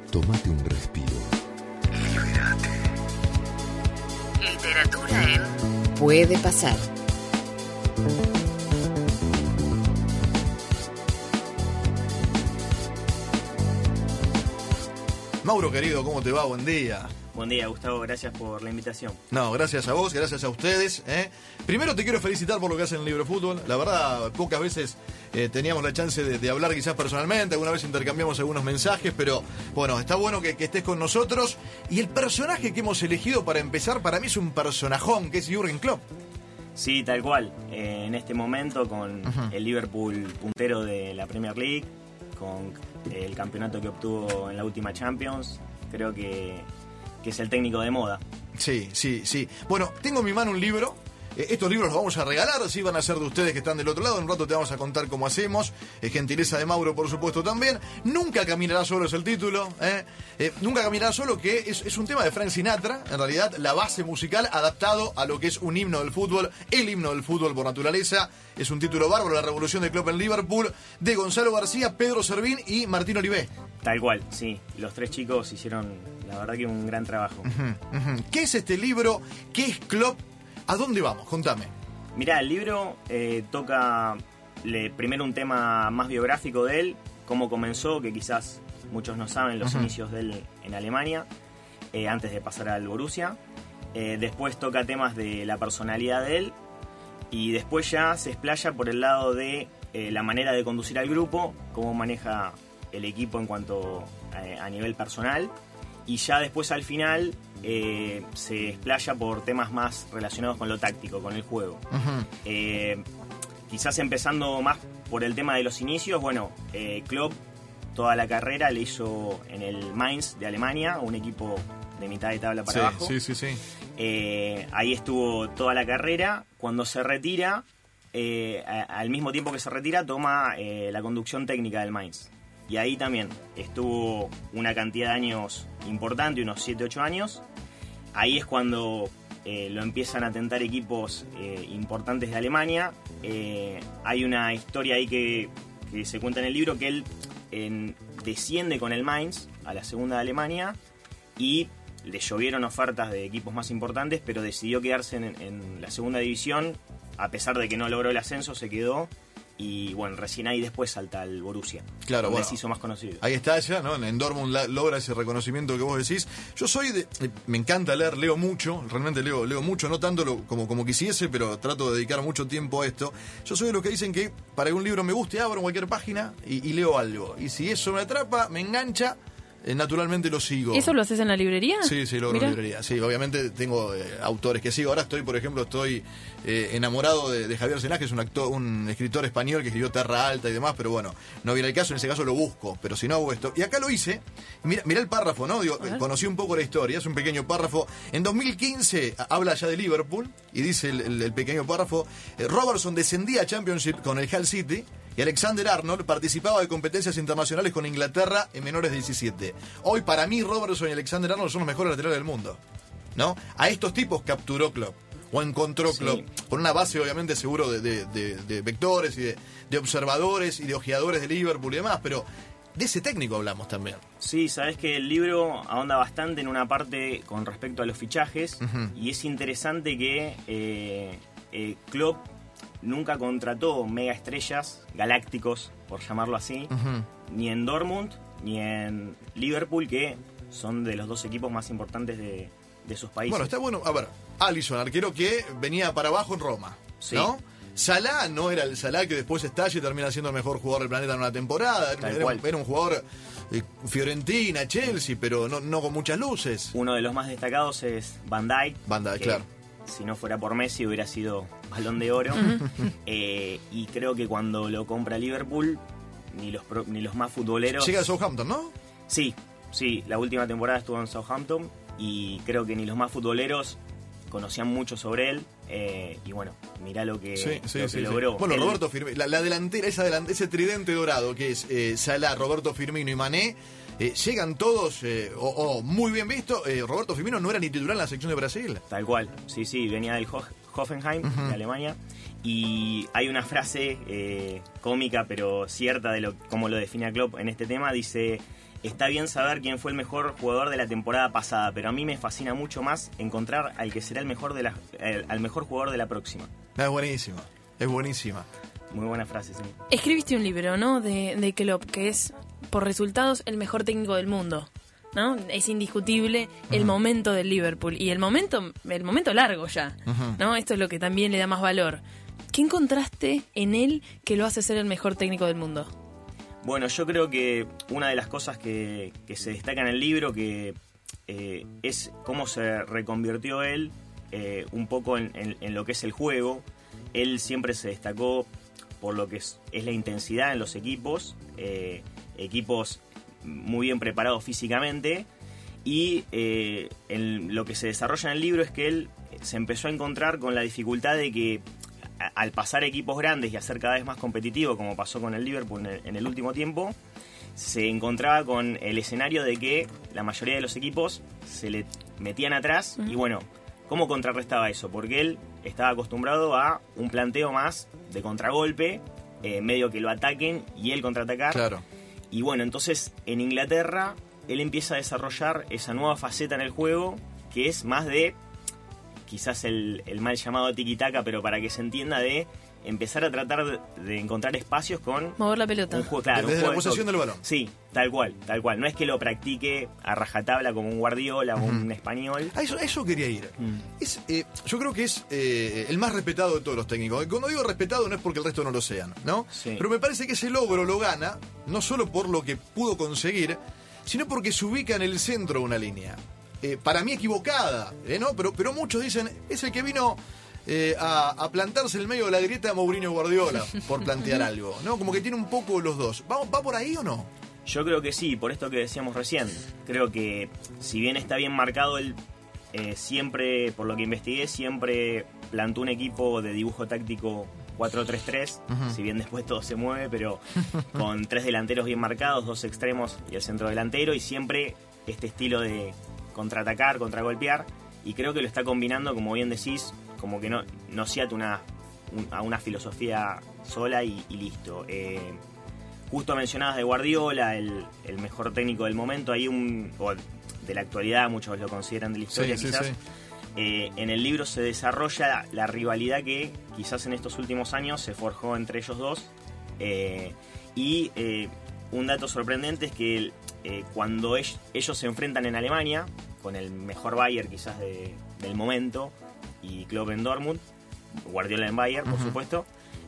Tómate un respiro. Libérate. Literatura en Puede Pasar. Mauro, querido, ¿cómo te va? Buen día. Buen día, Gustavo, gracias por la invitación. No, gracias a vos, gracias a ustedes. Primero te quiero felicitar por lo que hacen en Libro Fútbol. La verdad, pocas veces teníamos la chance de hablar quizás personalmente, alguna vez intercambiamos algunos mensajes, pero bueno, está bueno que estés con nosotros. Y el personaje que hemos elegido para empezar, para mí es un personajón, que es Jürgen Klopp. Sí, tal cual. En este momento, con el Liverpool puntero de la Premier League, con el campeonato que obtuvo en la última Champions, creo que es el técnico de moda. Sí. Bueno, tengo en mi mano un libro. Estos libros los vamos a regalar, sí, van a ser de ustedes que están del otro lado. En un rato te vamos a contar cómo hacemos. Gentileza de Mauro, por supuesto, también. Nunca caminará solo es el título. Nunca caminará solo, que es un tema de Frank Sinatra. En realidad, la base musical adaptado a lo que es un himno del fútbol. El himno del fútbol por naturaleza. Es un título bárbaro, La Revolución de Klopp en Liverpool, de Gonzalo García, Pedro Servín y Martín Olivé. Tal cual, sí. Los tres chicos hicieron, la verdad, que un gran trabajo. ¿Qué es este libro? ¿Qué es Klopp? ¿A dónde vamos? Contame. Mirá, el libro toca primero un tema más biográfico de él, cómo comenzó, que quizás muchos no saben, los inicios de él en Alemania, antes de pasar al Borussia. Después toca temas de la personalidad de él, y después ya se explaya por el lado de la manera de conducir al grupo, cómo maneja el equipo en cuanto a nivel personal. Y ya después al final se explaya por temas más relacionados con lo táctico, con el juego. Quizás empezando más por el tema de los inicios, bueno, Klopp toda la carrera le hizo en el Mainz de Alemania, un equipo de mitad de tabla para abajo. Sí. Ahí estuvo toda la carrera. Cuando se retira, al mismo tiempo que se retira, toma la conducción técnica del Mainz. Y ahí también estuvo una cantidad de años importante, unos 7-8 años. Ahí es cuando lo empiezan a tentar equipos importantes de Alemania. Hay una historia ahí que se cuenta en el libro, que él desciende con el Mainz a la segunda de Alemania y le llovieron ofertas de equipos más importantes, pero decidió quedarse en la segunda división. A pesar de que no logró el ascenso, se quedó. Y bueno, recién ahí después salta al Borussia. Claro, bueno, se hizo más conocido. Ahí está ya, ¿no? En Dortmund logra ese reconocimiento que vos decís. Yo soy me encanta leer, leo mucho, realmente leo mucho, no tanto como quisiese, pero trato de dedicar mucho tiempo a esto. Yo soy de los que dicen que para que un libro me guste, abro cualquier página y leo algo. Y si eso me atrapa, me engancha, naturalmente lo sigo. ¿Eso lo haces en la librería? Sí, lo hago en la librería. Sí, obviamente tengo autores que sigo. Ahora estoy enamorado de Javier Senás, que es un escritor español que escribió Terra Alta y demás, pero bueno, no viene el caso, en ese caso lo busco, pero si no hago esto. Y acá lo hice, mirá el párrafo, ¿no? Conocí un poco la historia, es un pequeño párrafo. En 2015 habla ya de Liverpool y dice el pequeño párrafo: Robertson descendía a Championship con el Hull City y Alexander Arnold participaba de competencias internacionales con Inglaterra en menores de 17. Hoy, para mí, Robertson y Alexander Arnold son los mejores laterales del mundo, ¿no? A estos tipos capturó Klopp, o encontró Klopp, por una base, obviamente, seguro de vectores y de observadores y de ojeadores de Liverpool y demás, pero de ese técnico hablamos también. Sí, sabes que el libro ahonda bastante en una parte con respecto a los fichajes, y es interesante que Klopp nunca contrató mega estrellas, galácticos, por llamarlo así, ni en Dortmund ni en Liverpool, que son de los dos equipos más importantes de sus países. Bueno, está bueno. A ver, Alisson, arquero que venía para abajo en Roma, ¿no? Salah no era el Salah que después estalla y termina siendo el mejor jugador del planeta en una temporada. Era un jugador Fiorentina, Chelsea, pero no con muchas luces. Uno de los más destacados es Van Dijk. Claro. Si no fuera por Messi hubiera sido Balón de Oro. Y creo que cuando lo compra Liverpool, ni los más futboleros... Llega al Southampton, ¿no? Sí, la última temporada estuvo en Southampton y creo que ni los más futboleros conocían mucho sobre él. Y bueno, mirá lo que logró. Bueno, Roberto Firmino, la delantera, ese tridente dorado que es Salah, Roberto Firmino y Mané, llegan todos, muy bien visto. Roberto Firmino no era ni titular en la sección de Brasil. Tal cual, sí, venía del Hoffenheim, de Alemania. Y hay una frase cómica pero cierta de cómo lo define a Klopp en este tema. Dice: está bien saber quién fue el mejor jugador de la temporada pasada, pero a mí me fascina mucho más encontrar al que será el mejor al mejor jugador de la próxima. Es buenísima, es buenísima. Muy buena frase, sí. Escribiste un libro, ¿no? De Klopp, que es, por resultados, el mejor técnico del mundo, ¿no? Es indiscutible el momento del Liverpool. Y el momento largo ya, ¿no? Esto es lo que también le da más valor. ¿Qué encontraste en él que lo hace ser el mejor técnico del mundo? Bueno, yo creo que una de las cosas que se destaca en el libro que es cómo se reconvirtió él un poco en lo que es el juego. Él siempre se destacó por lo que es la intensidad en los equipos, equipos muy bien preparados físicamente, y en lo que se desarrolla en el libro es que él se empezó a encontrar con la dificultad de que al pasar equipos grandes y a ser cada vez más competitivo, como pasó con el Liverpool en el último tiempo, se encontraba con el escenario de que la mayoría de los equipos se le metían atrás. Y bueno, ¿cómo contrarrestaba eso? Porque él estaba acostumbrado a un planteo más de contragolpe, medio que lo ataquen y él contraatacar. Claro. Y bueno, entonces en Inglaterra él empieza a desarrollar esa nueva faceta en el juego, que es más de quizás el mal llamado tiki-taka, pero para que se entienda, de empezar a tratar de encontrar espacios con mover la pelota. Un juego, claro, desde un juego la posesión del balón. Sí, tal cual. No es que lo practique a rajatabla como un Guardiola o un español. A eso quería ir. Yo creo que es el más respetado de todos los técnicos. Cuando digo respetado no es porque el resto no lo sean, ¿no? Sí. Pero me parece que ese logro lo gana, no solo por lo que pudo conseguir, sino porque se ubica en el centro de una línea. Para mí equivocada, ¿no? Pero muchos dicen, es el que vino a plantarse en el medio de la grieta de Mourinho Guardiola, por plantear algo, ¿no? Como que tiene un poco los dos. ¿Va por ahí o no? Yo creo que sí, por esto que decíamos recién. Creo que si bien está bien marcado, él siempre, por lo que investigué, siempre plantó un equipo de dibujo táctico 4-3-3, si bien después todo se mueve, pero con 3 delanteros bien marcados, 2 extremos y el centro delantero, y siempre este estilo de contraatacar, contragolpear, y creo que lo está combinando, como bien decís, como que no se ata a una filosofía sola y listo. Justo mencionabas de Guardiola, el mejor técnico del momento, hay o de la actualidad, muchos lo consideran de la historia, quizás. Sí. En el libro se desarrolla la rivalidad que quizás en estos últimos años se forjó entre ellos dos, y un dato sorprendente es que cuando ellos se enfrentan en Alemania, con el mejor Bayern quizás del momento, y Klopp en Dortmund, Guardiola en Bayern, por supuesto,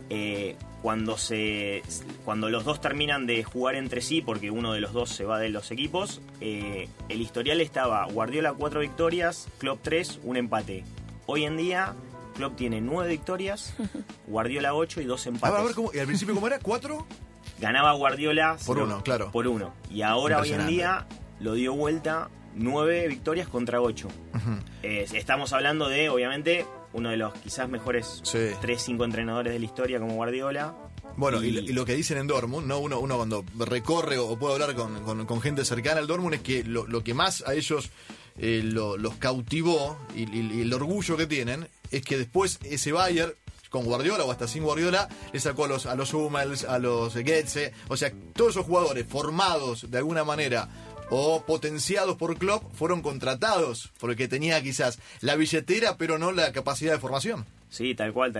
cuando los dos terminan de jugar entre sí, porque uno de los dos se va de los equipos, el historial estaba Guardiola 4 victorias, Klopp 3, un empate. Hoy en día Klopp tiene 9 victorias, Guardiola 8 y 2 empates. A ver, ¿y al principio cómo era? ¿4? Ganaba Guardiola por uno, claro. Por uno. Y ahora hoy en día lo dio vuelta, 9 victorias contra 8. Estamos hablando de, obviamente, uno de los quizás mejores 3-5 entrenadores de la historia como Guardiola. Bueno, y lo que dicen en Dortmund, ¿no? Uno cuando recorre o puede hablar con gente cercana al Dortmund, es que lo que más a ellos los cautivó y el orgullo que tienen es que después ese Bayern, con Guardiola o hasta sin Guardiola, le sacó a los Hummels, a los Goetze, o sea, todos esos jugadores formados de alguna manera o potenciados por Klopp fueron contratados porque tenía quizás la billetera pero no la capacidad de formación. Sí, tal cual.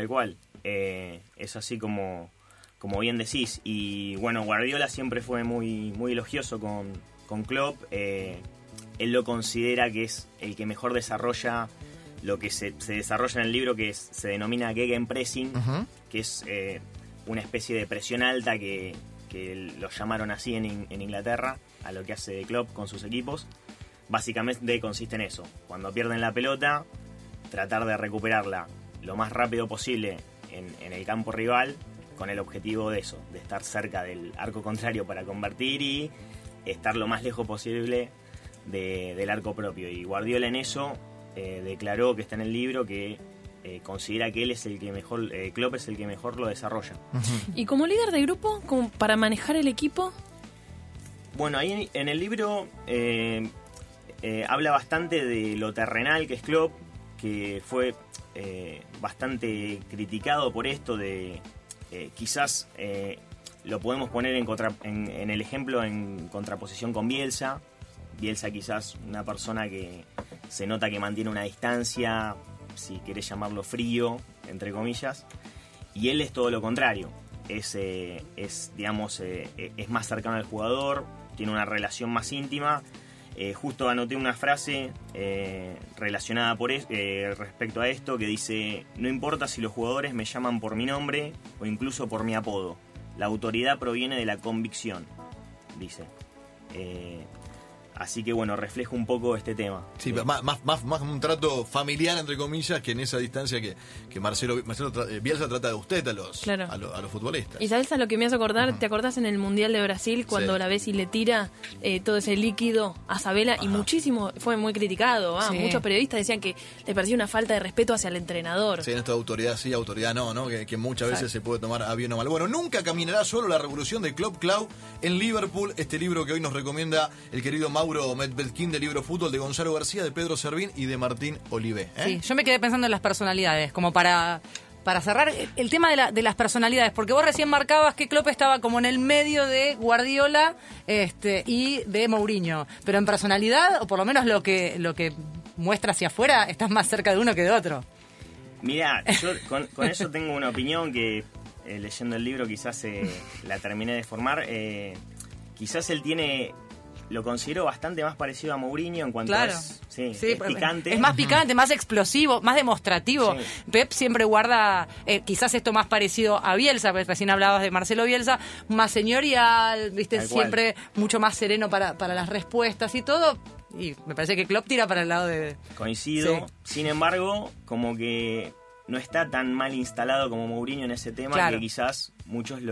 Es así como bien decís. Y bueno, Guardiola siempre fue muy, muy elogioso con Klopp. Él lo considera que es el que mejor desarrolla lo que se desarrolla en el libro, que se denomina Gegenpressing, que es una especie de presión alta que lo llamaron así en Inglaterra, a lo que hace Klopp con sus equipos. Básicamente consiste en eso: cuando pierden la pelota, tratar de recuperarla lo más rápido posible en el campo rival, con el objetivo de eso, de estar cerca del arco contrario para convertir y estar lo más lejos posible del arco propio. Y Guardiola en eso declaró, que está en el libro, que considera que él es el que mejor, Klopp es el que mejor lo desarrolla. Y como líder de grupo, como para manejar el equipo. Bueno, ahí en el libro habla bastante de lo terrenal que es Klopp, que fue bastante criticado por esto de quizás lo podemos poner en el ejemplo en contraposición con Bielsa. Bielsa quizás una persona que se nota que mantiene una distancia, si querés llamarlo frío, entre comillas, y él es todo lo contrario. Es más cercano al jugador, tiene una relación más íntima. Justo anoté una frase relacionada respecto a esto que dice: no importa si los jugadores me llaman por mi nombre o incluso por mi apodo, la autoridad proviene de la convicción, dice. Así que bueno, refleja un poco este tema. Sí, más un trato familiar, entre comillas, que en esa distancia que Marcelo Bielsa trata de usted a los futbolistas. Y sabes a lo que me hace acordar, ¿te acordás en el Mundial de Brasil cuando la ves y le tira todo ese líquido a Sabela? Y muchísimo, fue muy criticado, muchos periodistas decían que le parecía una falta de respeto hacia el entrenador. Sí, en esto de autoridad sí, autoridad no, que muchas veces se puede tomar a bien o mal. Bueno, nunca caminará solo la revolución de Club Clau en Liverpool, este libro que hoy nos recomienda el querido Mauro Medvedkin, de Libro Fútbol, de Gonzalo García, de Pedro Servín y de Martín Olivé. Sí, yo me quedé pensando en las personalidades, como para cerrar el tema de las personalidades, porque vos recién marcabas que Klopp estaba como en el medio de Guardiola y de Mourinho, pero en personalidad, o por lo menos lo que muestra hacia afuera, estás más cerca de uno que de otro. Mirá, yo con eso tengo una opinión que leyendo el libro quizás la terminé de formar. Quizás él lo considero bastante más parecido a Mourinho en cuanto es picante. Es más picante, más explosivo, más demostrativo. Sí. Pep siempre guarda, quizás esto más parecido a Bielsa, porque recién hablabas de Marcelo Bielsa, más señorial, viste, siempre mucho más sereno para las respuestas y todo. Y me parece que Klopp tira para el lado de... Coincido, sin embargo, como que no está tan mal instalado como Mourinho en ese tema, que quizás muchos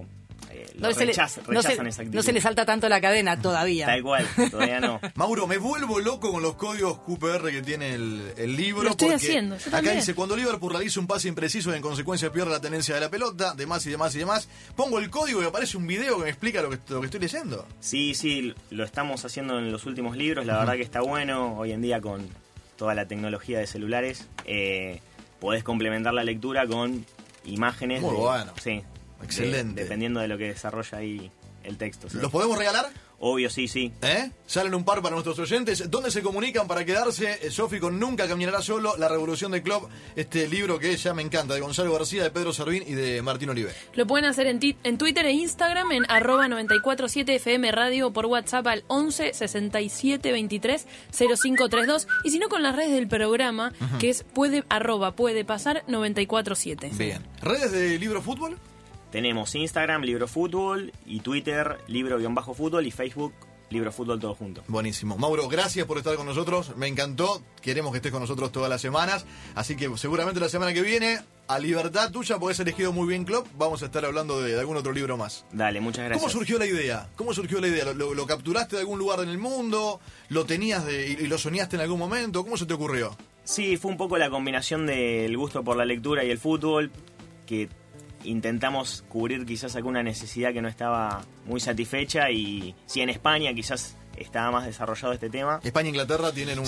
rechazan esa actitud. No se le salta tanto la cadena todavía. Tal cual, todavía no. Mauro, me vuelvo loco con los códigos QPR que tiene el libro. Lo estoy haciendo, yo acá dice: cuando Liverpool realiza un pase impreciso y en consecuencia pierde la tenencia de la pelota, demás y demás y demás, pongo el código y aparece un video que me explica lo que estoy leyendo. Sí, lo estamos haciendo en los últimos libros, la verdad que está bueno. Hoy en día con toda la tecnología de celulares, podés complementar la lectura con imágenes. Muy bueno. Sí. Excelente. Dependiendo de lo que desarrolla ahí el texto. ¿Sí? ¿Los podemos regalar? Obvio, sí. Salen un par para nuestros oyentes. ¿Dónde se comunican para quedarse? Sofi, con Nunca caminará solo, La revolución de Klopp, este libro que ya me encanta, de Gonzalo García, de Pedro Servín y de Martín Olivé. Lo pueden hacer en Twitter e Instagram, en @947FM Radio, por WhatsApp al 11 67 23 0532, y si no, con las redes del programa, que es puede pasar 947. Bien. ¿Redes de Libro Fútbol? Tenemos Instagram, Libro Fútbol, y Twitter, Libro-Fútbol, y Facebook, Libro Fútbol, todo junto. Buenísimo. Mauro, gracias por estar con nosotros. Me encantó. Queremos que estés con nosotros todas las semanas. Así que seguramente la semana que viene, a libertad tuya, podés elegido muy bien, Klopp. Vamos a estar hablando de algún otro libro más. Dale, muchas gracias. ¿Cómo surgió la idea? ¿Lo capturaste de algún lugar en el mundo? ¿Lo tenías y lo soñaste en algún momento? ¿Cómo se te ocurrió? Sí, fue un poco la combinación del gusto por la lectura y el fútbol, que intentamos cubrir quizás alguna necesidad que no estaba muy satisfecha, y sí, en España quizás estaba más desarrollado este tema. España e Inglaterra tienen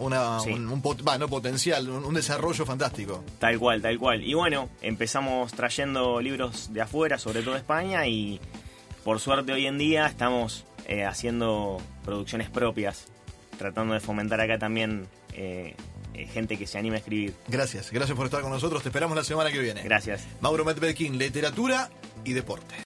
un desarrollo fantástico. Tal cual. Y bueno, empezamos trayendo libros de afuera, sobre todo de España, y por suerte hoy en día estamos haciendo producciones propias, tratando de fomentar acá también gente que se anime a escribir. Gracias por estar con nosotros. Te esperamos la semana que viene. Gracias. Mauro Medvedkin, literatura y deporte.